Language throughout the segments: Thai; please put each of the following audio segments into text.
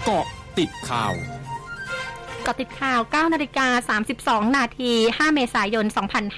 เกาะติดข่าวเกาะติดข่าว 9:32 น. 5 เมษายน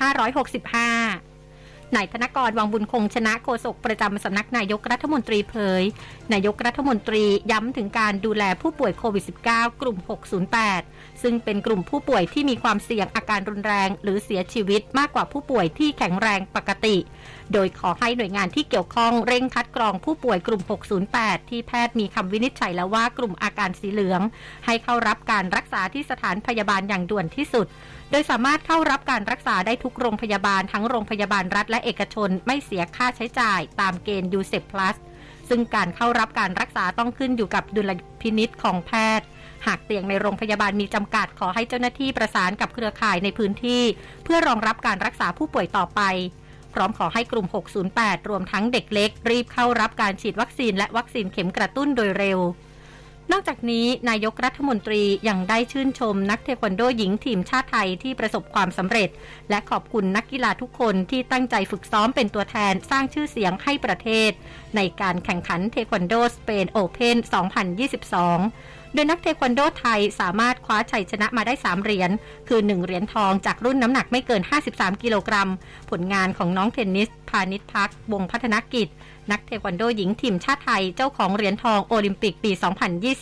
2565นายธนกร วังบุญคงชนะโฆษกประจำสำนักนายกรัฐมนตรีเผยนายกรัฐมนตรีย้ำถึงการดูแลผู้ป่วยโควิด -19 กลุ่ม 608 ซึ่งเป็นกลุ่มผู้ป่วยที่มีความเสี่ยงอาการรุนแรงหรือเสียชีวิตมากกว่าผู้ป่วยที่แข็งแรงปกติโดยขอให้หน่วยงานที่เกี่ยวข้องเร่งคัดกรองผู้ป่วยกลุ่ม 608 ที่แพทย์มีคำวินิจฉัยแล้วว่ากลุ่มอาการสีเหลืองให้เข้ารับการรักษาที่สถานพยาบาลอย่างด่วนที่สุดโดยสามารถเข้ารับการรักษาได้ทุกโรงพยาบาลทั้งโรงพยาบาลรัฐและเอกชนไม่เสียค่าใช้จ่ายตามเกณฑ์ USEP Plus ซึ่งการเข้ารับการรักษาต้องขึ้นอยู่กับดุลยพินิจของแพทย์หากเตียงในโรงพยาบาลมีจำกัดขอให้เจ้าหน้าที่ประสานกับเครือข่ายในพื้นที่เพื่อรองรับการรักษาผู้ป่วยต่อไปพร้อมขอให้กลุ่ม 608 รวมทั้งเด็กเล็กรีบเข้ารับการฉีดวัคซีนและวัคซีนเข็มกระตุ้นโดยเร็วนอกจากนี้นายกรัฐมนตรียังได้ชื่นชมนักเทควันโดหญิงทีมชาติไทยที่ประสบความสำเร็จและขอบคุณนักกีฬาทุกคนที่ตั้งใจฝึกซ้อมเป็นตัวแทนสร้างชื่อเสียงให้ประเทศในการแข่งขันเทควันโดสเปนโอเพ่น 2022 โดยนักเทควันโดไทยสามารถคว้าชัยชนะมาได้3เหรียญคือ1เหรียญทองจากรุ่นน้ำหนักไม่เกิน53กิโลกรัมผลงานของน้องเทนนิสพานิชพักวงศ์พัฒนกิจนักเทควันโดหญิงทีมชาติไทยเจ้าของเหรียญทองโอลิมปิกปี 2020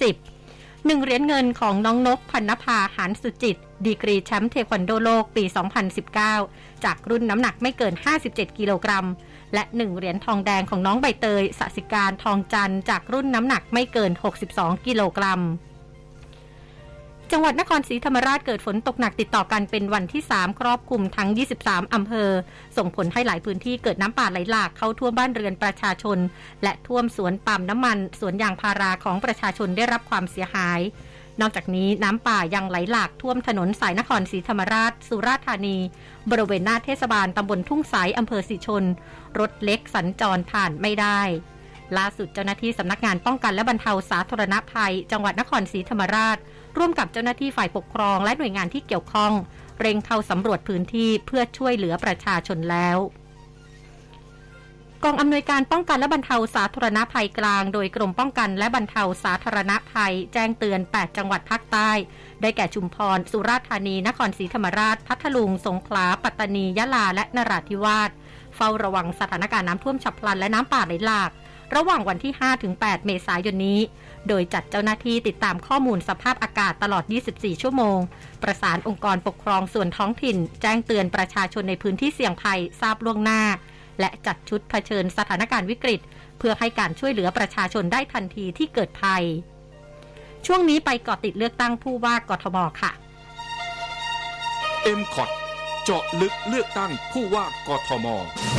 1 เหรียญเงินของน้องนกพันนภาหานสุจิตดีกรีแชมป์เทควันโดโลกปี 2019 จากรุ่นน้ำหนักไม่เกิน57กิโลกรัมและ1เหรียญทองแดงของน้องใบเตยสศิการทองจันทร์จากรุ่นน้ำหนักไม่เกิน62กิโลกรัมจังหวัดนครศรีธรรมราชเกิดฝนตกหนักติดต่อกันเป็นวันที่3ครอบคลุมทั้ง23อำเภอส่งผลให้หลายพื้นที่เกิดน้ำป่าไหลหลากเข้าท่วมบ้านเรือนประชาชนและท่วมสวนปาล์มน้ำมันสวนยางพาราของประชาชนได้รับความเสียหายนอกจากนี้น้ำป่ายังไหลหลากท่วมถนนสายนครศรีธรรมราชสุราษฎร์ธานีบริเวณหน้าเทศบาลตำบลทุ่งสายอำเภอศรีชนรถเล็กสัญจรผ่านไม่ได้ล่าสุดเจ้าหน้าที่สำนักงานป้องกันและบรรเทาสาธารณภัยจังหวัดนครศรีธรรมราชร่วมกับเจ้าหน้าที่ฝ่ายปกครองและหน่วยงานที่เกี่ยวข้องเร่งเข้าสำรวจพื้นที่เพื่อช่วยเหลือประชาชนแล้วกองอำนวยการป้องกันและบรรเทาสาธารณภัยกลางโดยกรมป้องกันและบรรเทาสาธารณภัยแจ้งเตือน8จังหวัดภาคใต้ได้แก่ชุมพรสุราษฎร์ธานีนครศรีธรรมราชพัทลุงสงขลาปัตตานียะลาและนราธิวาสเฝ้าระวังสถานการณ์น้ำท่วมฉับพลันและน้ำป่าไหลหลากระหว่างวันที่ 5-8 เมษายนนี้โดยจัดเจ้าหน้าที่ติดตามข้อมูลสภาพอากาศตลอด24ชั่วโมงประสานองค์กรปกครองส่วนท้องถิ่นแจ้งเตือนประชาชนในพื้นที่เสี่ยงภัยทราบล่วงหน้าและจัดชุดเผชิญสถานการณ์วิกฤตเพื่อให้การช่วยเหลือประชาชนได้ทันทีที่เกิดภัยช่วงนี้ไปเกาะติดเลือกตั้งผู้ว่ากทมค่ะ MCOT เจาะลึกเลือกตั้งผู้ว่ากทม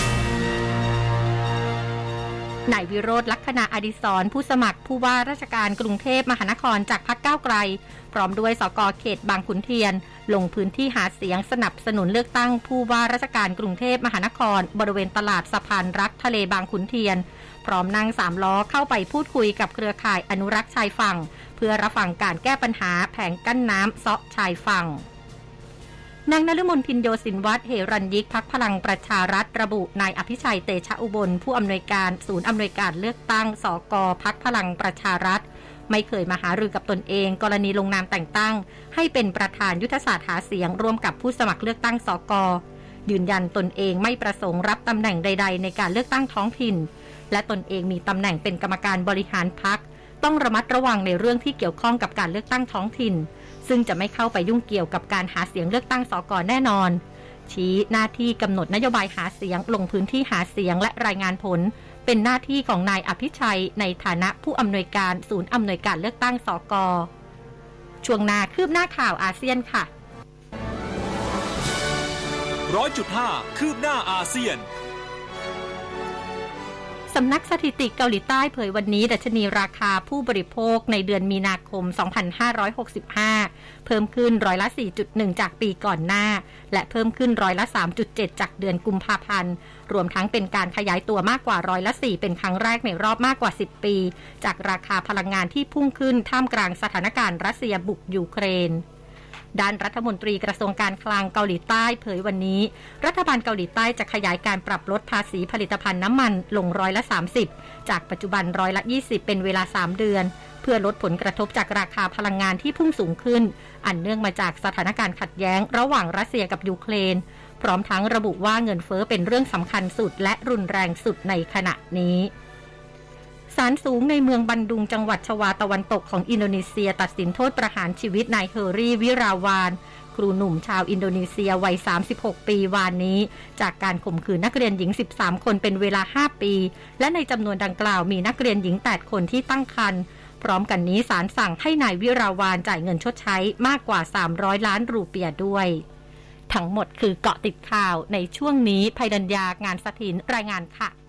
นายวิโรจน์ ลักษณะอดิศรผู้สมัครผู้ว่าราชการกรุงเทพมหานครจากพรรคก้าวไกลพร้อมด้วยสกเขตบางขุนเทียนลงพื้นที่หาเสียงสนับสนุนเลือกตั้งผู้ว่าราชการกรุงเทพมหานครบริเวณตลาดสะพานรักทะเลบางขุนเทียนพร้อมนั่ง3ล้อเข้าไปพูดคุยกับเครือข่ายอนุรักษ์ชายฝั่งเพื่อรับฟังการแก้ปัญหาแผงกั้นน้ำเซาะชายฝั่งนางนฤมล พินโยสินวัฒน์เหรัญยิกพรรคพลังประชารัฐระบุนายอภิชัยเตชะอุบลผู้อำนวยการศูนย์อำนวยการเลือกตั้งสกพรรคพลังประชารัฐไม่เคยมาหารือกับตนเองกรณีลงนามแต่งตั้งให้เป็นประธานยุทธศาสตร์หาเสียงร่วมกับผู้สมัครเลือกตั้งสกยืนยันตนเองไม่ประสงค์รับตำแหน่งใดๆในการเลือกตั้งท้องถิ่นและตนเองมีตำแหน่งเป็นกรรมการบริหารพรรคต้องระมัดระวังในเรื่องที่เกี่ยวข้องกับการเลือกตั้งท้องถิ่นซึ่งจะไม่เข้าไปยุ่งเกี่ยวกับการหาเสียงเลือกตั้งสกแน่นอนชี้หน้าที่กำหนดนโยบายหาเสียงลงพื้นที่หาเสียงและรายงานผลเป็นหน้าที่ของนายอภิชัยในฐานะผู้อำนวยการศูนย์อำนวยการเลือกตั้งสกช่วงหน้าคืบหน้าข่าวอาเซียนค่ะ 100.5 คืบหน้าอาเซียนสำนักสถิติเกาหลีใต้เผยวันนี้ดัชนีราคาผู้บริโภคในเดือนมีนาคม 2565 เพิ่มขึ้นร้อยละ 4.1 จากปีก่อนหน้าและเพิ่มขึ้นร้อยละ 3.7 จากเดือนกุมภาพันธ์รวมทั้งเป็นการขยายตัวมากกว่าร้อยละ 4 เป็นครั้งแรกในรอบมากกว่า 10 ปีจากราคาพลังงานที่พุ่งขึ้นท่ามกลางสถานการณ์รัสเซียบุกยูเครนด้านรัฐมนตรีกระทรวงการคลังเกาหลีใต้เผยวันนี้รัฐบาลเกาหลีใต้จะขยายการปรับลดภาษีผลิตภัณฑ์น้ำมันลงร้อยละ 30จากปัจจุบันร้อยละ 20เป็นเวลา3เดือนเพื่อลดผลกระทบจากราคาพลังงานที่พุ่งสูงขึ้นอันเนื่องมาจากสถานการณ์ขัดแย้งระหว่างรัสเซียกับยูเครนพร้อมทั้งระบุว่าเงินเฟ้อเป็นเรื่องสำคัญสุดและรุนแรงสุดในขณะนี้ศาลสูงในเมืองบันดุงจังหวัดชวาตะวันตกของอินโดนีเซียตัดสินโทษประหารชีวิตนายเฮอรี่วิราวานครูหนุ่มชาวอินโดนีเซียวัย36ปีวานนี้จากการข่มขืนนักเรียนหญิง13คนเป็นเวลา5ปีและในจำนวนดังกล่าวมีนักเรียนหญิง8คนที่ตั้งครรภ์พร้อมกันนี้ศาลสั่งให้นายวิราวานจ่ายเงินชดใช้มากกว่า300ล้านรูเปียห์ด้วยทั้งหมดคือเกาะติดข่าวในช่วงนี้ภัยดัญญางานสถินรายงานค่ะ